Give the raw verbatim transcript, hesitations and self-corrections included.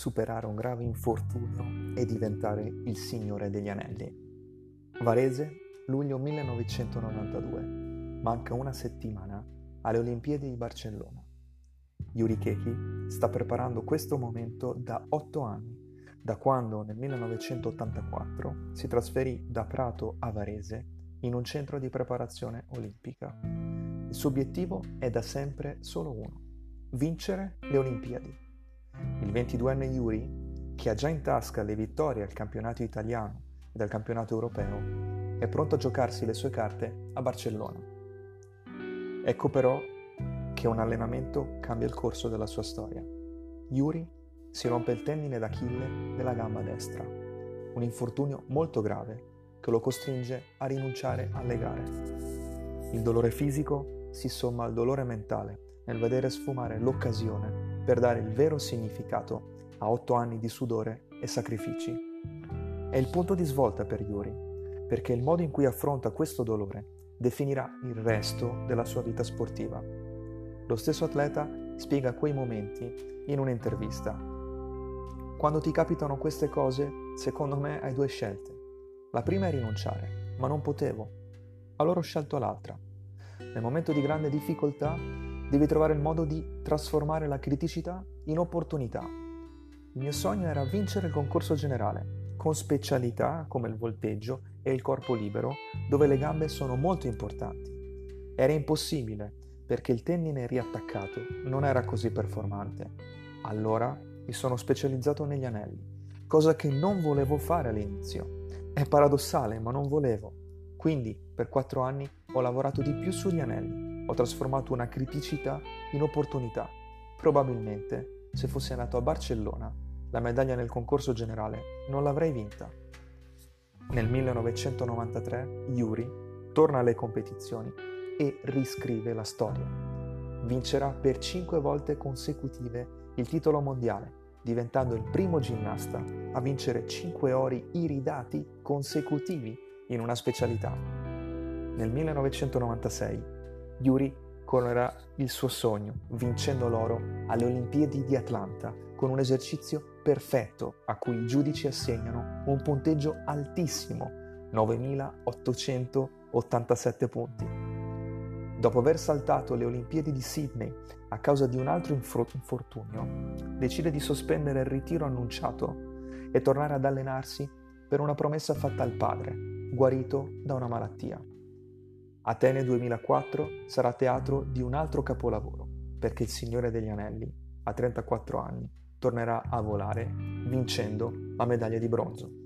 superare un grave infortunio e diventare il Signore degli Anelli. Varese, luglio millenovecentonovantadue. Manca una settimana alle Olimpiadi di Barcellona. Yuri Kekki sta preparando questo momento da otto anni, da quando nel millenovecentottantaquattro si trasferì da Prato a Varese in un centro di preparazione olimpica. Il suo obiettivo è da sempre solo uno: vincere le Olimpiadi. Il ventiduenne Yuri, che ha già in tasca le vittorie al campionato italiano e al campionato europeo, è pronto a giocarsi le sue carte a Barcellona. Ecco però che un allenamento cambia il corso della sua storia. Yuri si rompe il tendine d'Achille della gamba destra, un infortunio molto grave che lo costringe a rinunciare alle gare. Il dolore fisico si somma al dolore mentale nel vedere sfumare l'occasione per dare il vero significato a otto anni di sudore e sacrifici. È il punto di svolta per Yuri, perché il modo in cui affronta questo dolore definirà il resto della sua vita sportiva. Lo stesso atleta spiega quei momenti in un'intervista. Quando ti capitano queste cose, secondo me hai due scelte. La prima è rinunciare, ma non potevo. Allora ho scelto l'altra. Nel momento di grande difficoltà devi trovare il modo di trasformare la criticità in opportunità. Il mio sogno era vincere il concorso generale, con specialità come il volteggio e il corpo libero, dove le gambe sono molto importanti. Era impossibile, perché il tendine riattaccato non era così performante. Allora mi sono specializzato negli anelli, cosa che non volevo fare all'inizio. È paradossale, ma non volevo. Quindi, per quattro anni, ho lavorato di più sugli anelli. Ho trasformato una criticità in opportunità. Probabilmente, se fossi andato a Barcellona, la medaglia nel concorso generale non l'avrei vinta. Nel millenovecentonovantatré, Yuri torna alle competizioni e riscrive la storia. Vincerà per cinque volte consecutive il titolo mondiale, diventando il primo ginnasta a vincere cinque ori iridati consecutivi in una specialità. Nel millenovecentonovantasei, Yuri coronerà il suo sogno, vincendo l'oro alle Olimpiadi di Atlanta, con un esercizio perfetto a cui i giudici assegnano un punteggio altissimo, novemilaottocentottantasette punti. Dopo aver saltato le Olimpiadi di Sydney a causa di un altro infortunio, decide di sospendere il ritiro annunciato e tornare ad allenarsi per una promessa fatta al padre, guarito da una malattia. Atene duemilaquattro sarà teatro di un altro capolavoro, perché il Signore degli Anelli, a trentaquattro anni, tornerà a volare, vincendo la medaglia di bronzo.